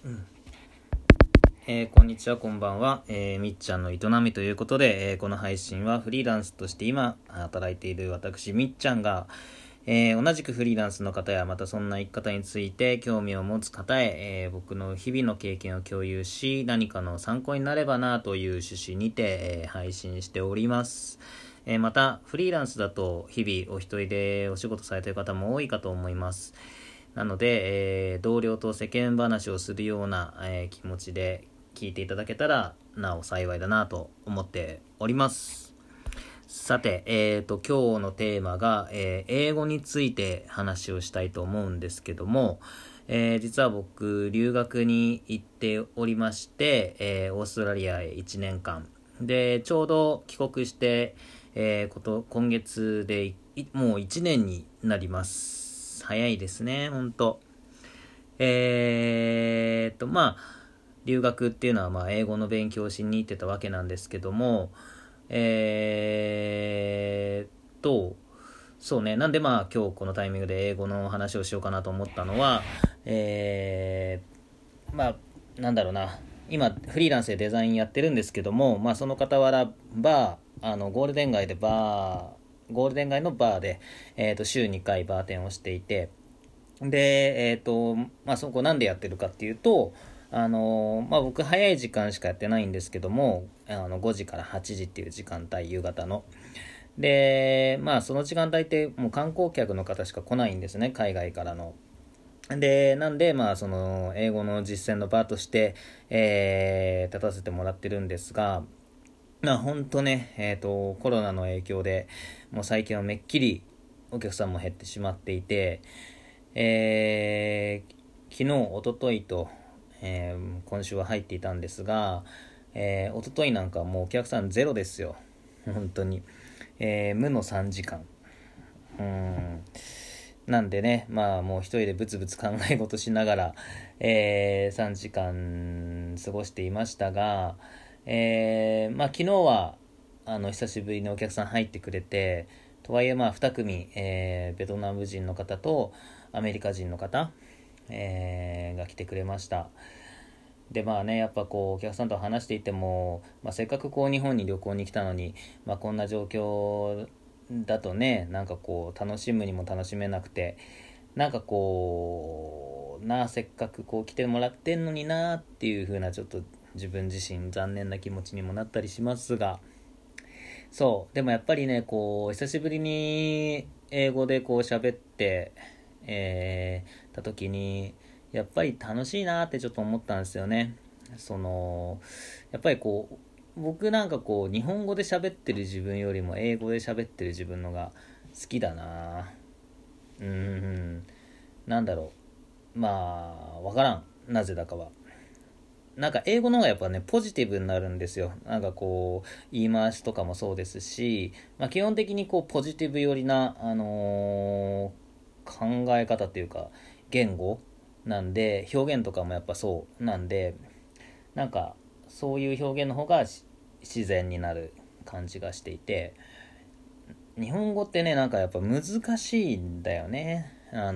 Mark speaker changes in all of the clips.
Speaker 1: こんにちは、こんばんは。みっちゃんの営みということで、この配信はフリーランスとして今働いている私みっちゃんが、同じくフリーランスの方やまたそんな生き方について興味を持つ方へ、僕の日々の経験を共有し、何かの参考になればなという趣旨にて、配信しております。またフリーランスだと日々お一人でお仕事されている方も多いかと思います。なので、同僚と世間話をするような、気持ちで聞いていただけたらなお幸いだなと思っております。さて、今日のテーマが、英語について話をしたいと思うんですけども、実は僕留学に行っておりまして、オーストラリアへ1年間でちょうど帰国して、今月でもう1年になります。早いですね、ほんと。留学っていうのは英語の勉強をしに行ってたわけなんですけども、そうね、なんで今日このタイミングで英語の話をしようかなと思ったのは、なんだろうな、今フリーランスでデザインやってるんですけども、その傍らゴールデン街のバーで、週2回バーテンをしていて、で、そこなんでやってるかっていうと、僕早い時間しかやってないんですけども、5時から8時っていう時間帯、夕方の。で、その時間帯ってもう観光客の方しか来ないんですね、海外からの。で、なんで、その英語の実践の場として、立たせてもらってるんですが、ほんとね、コロナの影響でもう最近はめっきりお客さんも減ってしまっていて、昨日、一昨日と、今週は入っていたんですが、一昨日なんかもうお客さんゼロですよ、本当に。無の3時間。なんでね、もう一人でブツブツ考え事しながら、3時間過ごしていましたが、昨日は久しぶりにお客さん入ってくれて、とはいえ2組、ベトナム人の方とアメリカ人の方、が来てくれました。でやっぱお客さんと話していても、せっかく日本に旅行に来たのに、こんな状況だとね、楽しむにも楽しめなくて、せっかく来てもらってんのになっていう風な、ちょっと自分自身残念な気持ちにもなったりしますが、でもやっぱりね、久しぶりに英語で喋って、た時にやっぱり楽しいなってちょっと思ったんですよね。やっぱり僕日本語で喋ってる自分よりも英語で喋ってる自分のが好きだな。なんだろう、わからん、なぜだかは。英語の方がやっぱねポジティブになるんですよ。言い回しとかもそうですし、基本的にポジティブ寄りな、考え方っていうか言語なんで、表現とかもやっぱそうなんで、そういう表現の方が自然になる感じがしていて、日本語ってねやっぱ難しいんだよね。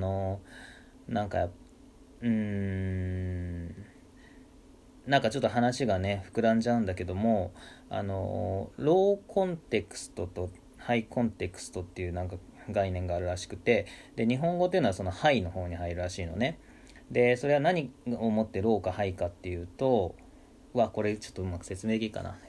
Speaker 1: ちょっと話がね膨らんじゃうんだけども、ローコンテクストとハイコンテクストっていう概念があるらしくて、で日本語っていうのはそのハイの方に入るらしいのね。でそれは何をもってローかハイかっていうと、これちょっとうまく説明できるかな。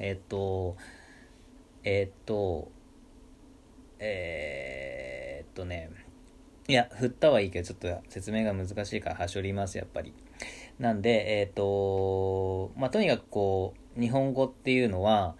Speaker 1: いや振ったはいいけどちょっと説明が難しいからはしょります、やっぱり。なんでとにかく日本語っていうのは、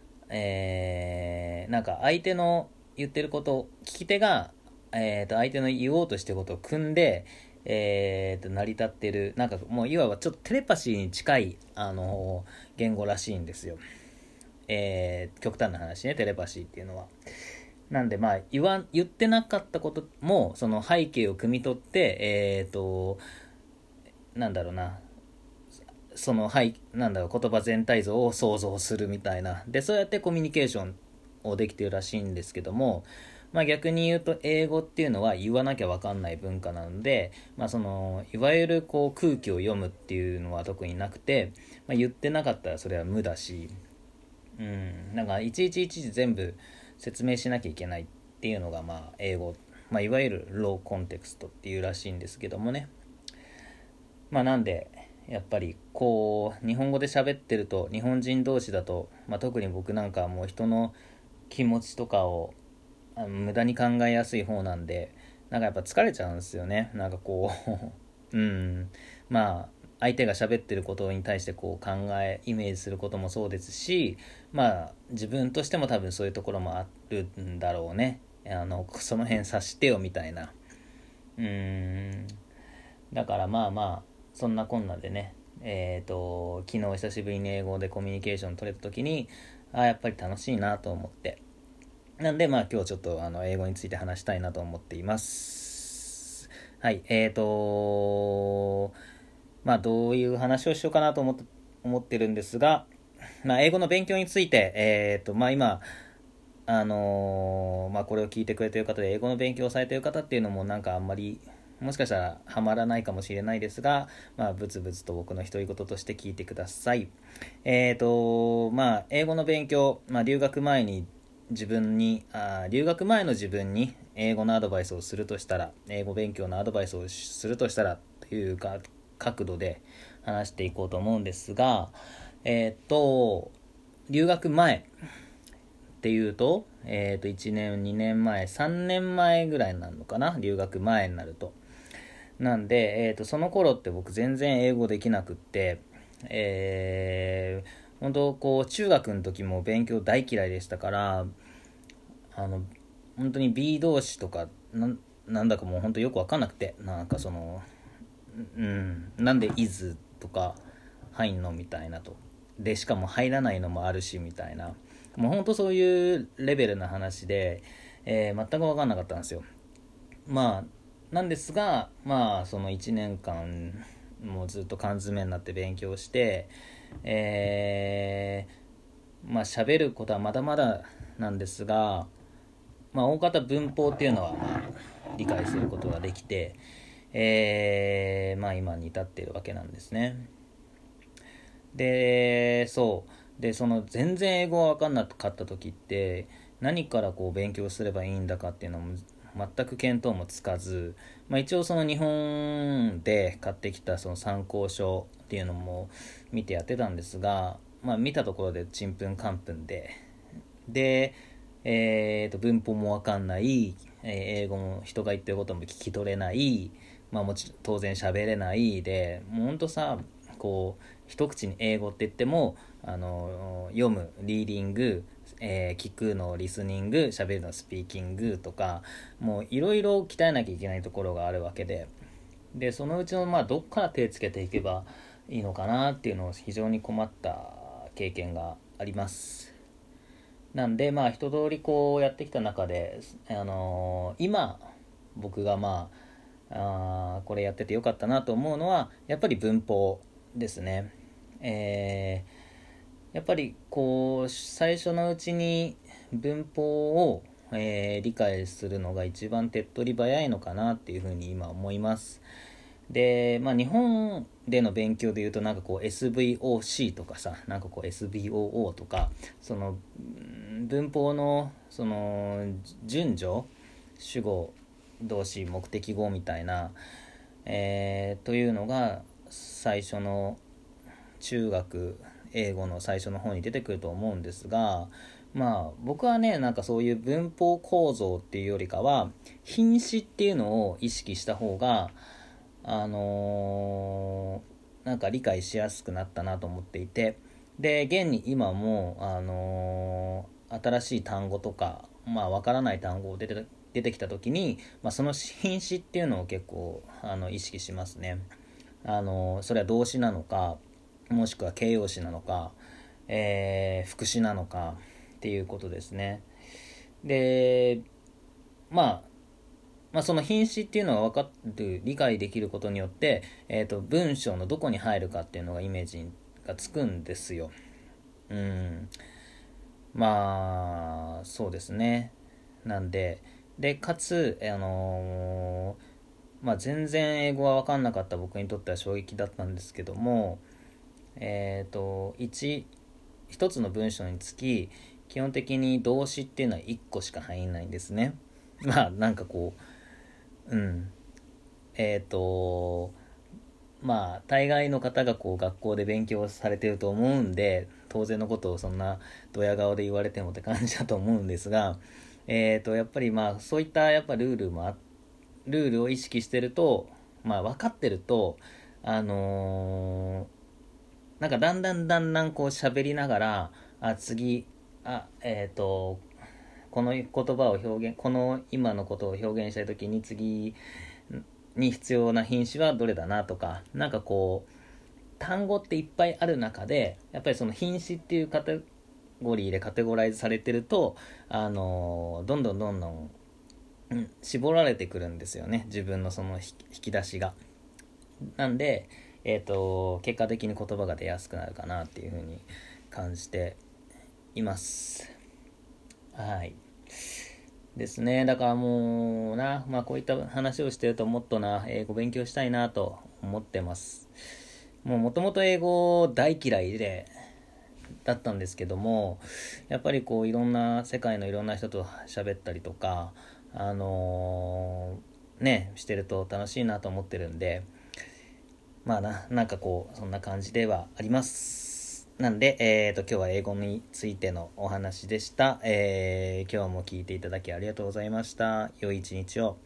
Speaker 1: 相手の言ってること聞き手が、相手の言おうとしてることを組んで、成り立ってる、もういわばちょっとテレパシーに近い言語らしいんですよ。極端な話ね、テレパシーっていうのは。なんで言ってなかったこともその背景を汲み取って、その言葉全体像を想像するみたいなで、そうやってコミュニケーションをできてるらしいんですけども、 逆に言うと英語っていうのは言わなきゃ分かんない文化なので、そのいわゆるこう空気を読むっていうのは特になくて、言ってなかったらそれは無だし、なんかいちいち全部説明しなきゃいけないっていうのが英語、いわゆるローコンテクストっていうらしいんですけどもね。なんでやっぱりこう日本語で喋ってると、日本人同士だと、特に僕なんかはもう人の気持ちとかを無駄に考えやすい方なんで、なんかやっぱ疲れちゃうんですよね。なんかこう相手が喋ってることに対してこうイメージすることもそうですし、自分としても多分そういうところもあるんだろうね。その辺察してよみたいな。だからそんなこんなでね、昨日久しぶりに英語でコミュニケーション取れた時に、やっぱり楽しいなと思って、なんで今日ちょっと英語について話したいなと思っています。はい。どういう話をしようかなと思ってるんですが、英語の勉強について、今これを聞いてくれている方で英語の勉強をされている方っていうのもなんかあんまりもしかしたらハマらないかもしれないですが、ブツブツと僕の独り言として聞いてください。英語の勉強、留学前の自分に英語のアドバイスをするとしたら、英語勉強のアドバイスをするとしたらというか角度で話していこうと思うんですが、留学前っていうと、1年2年前3年前ぐらいになるのかな、留学前になると。なんで、その頃って僕全然英語できなくって、本当こう中学の時も勉強大嫌いでしたから、本当に B 動詞とかなんだかもう本当よく分かんなくて、なんかそのなんで is とか入んのみたいなと、でしかも入らないのもあるしみたいな、もう本当そういうレベルな話で、全く分かんなかったんですよ。なんですが、その1年間もうずっと缶詰になって勉強して、喋ることはまだまだなんですが、大方文法っていうのは理解することができて、今に至っているわけなんですね。でその全然英語が分かんなかった時って何からこう勉強すればいいんだかっていうのも全く見当もつかず、一応その日本で買ってきたその参考書っていうのも見てやってたんですが、見たところでちんぷんかんぷんで、文法も分かんない、英語も人が言ってることも聞き取れない、もちろん当然喋れないで、もうほんとさ、こう一口に英語って言っても読むリーディング、聞くのリスニング、喋るのスピーキングとか、もういろいろ鍛えなきゃいけないところがあるわけで、そのうちのどっから手つけていけばいいのかなっていうのを非常に困った経験があります。なんで一通りこうやってきた中で、今僕がこれやっててよかったなと思うのはやっぱり文法ですね。やっぱりこう最初のうちに文法を、理解するのが一番手っ取り早いのかなっていうふうに今思います。で、日本での勉強でいうとなんかこう SVOC とかさ、なんかこう SVOO とか、その文法のその順序、主語、動詞、目的語みたいな、というのが最初の中学英語の最初の方に出てくると思うんですが、僕はね、なんかそういう文法構造っていうよりかは品詞っていうのを意識した方がなんか理解しやすくなったなと思っていて、で現に今も新しい単語とかわからない単語を出てきた時に、その品詞っていうのを結構意識しますね。それは動詞なのか、もしくは形容詞なのか、副詞なのかっていうことですね。でその品詞っていうのが分かる、理解できることによって、文章のどこに入るかっていうのがイメージがつくんですよ。そうですね。なんででかつ、全然英語は分かんなかった僕にとっては衝撃だったんですけども、一つの文章につき基本的に動詞っていうのは1個しか入んないんですね。なんかこう大概の方がこう学校で勉強されてると思うんで、当然のことをそんなドヤ顔で言われてもって感じだと思うんですが、やっぱりそういったやっぱルールを意識してると、分かってると、なんかだんだんこう喋りながら、次、この言葉を表現、この今のことを表現したいときに次に必要な品詞はどれだなとか、なんかこう単語っていっぱいある中で、やっぱりその品詞っていうカテゴリーでカテゴライズされてると、どんどん絞られてくるんですよね、自分のその引き出しが。なんで、結果的に言葉が出やすくなるかなっていうふうに感じています。はいですね。だからもうな、こういった話をしてるともっとな、英語勉強したいなと思ってます。もともと英語大嫌いだったんですけども、やっぱりこういろんな世界のいろんな人と喋ったりとか、してると楽しいなと思ってるんで、なんかこうそんな感じではあります。なんで、今日は英語についてのお話でした。今日も聞いていただきありがとうございました。良い一日を。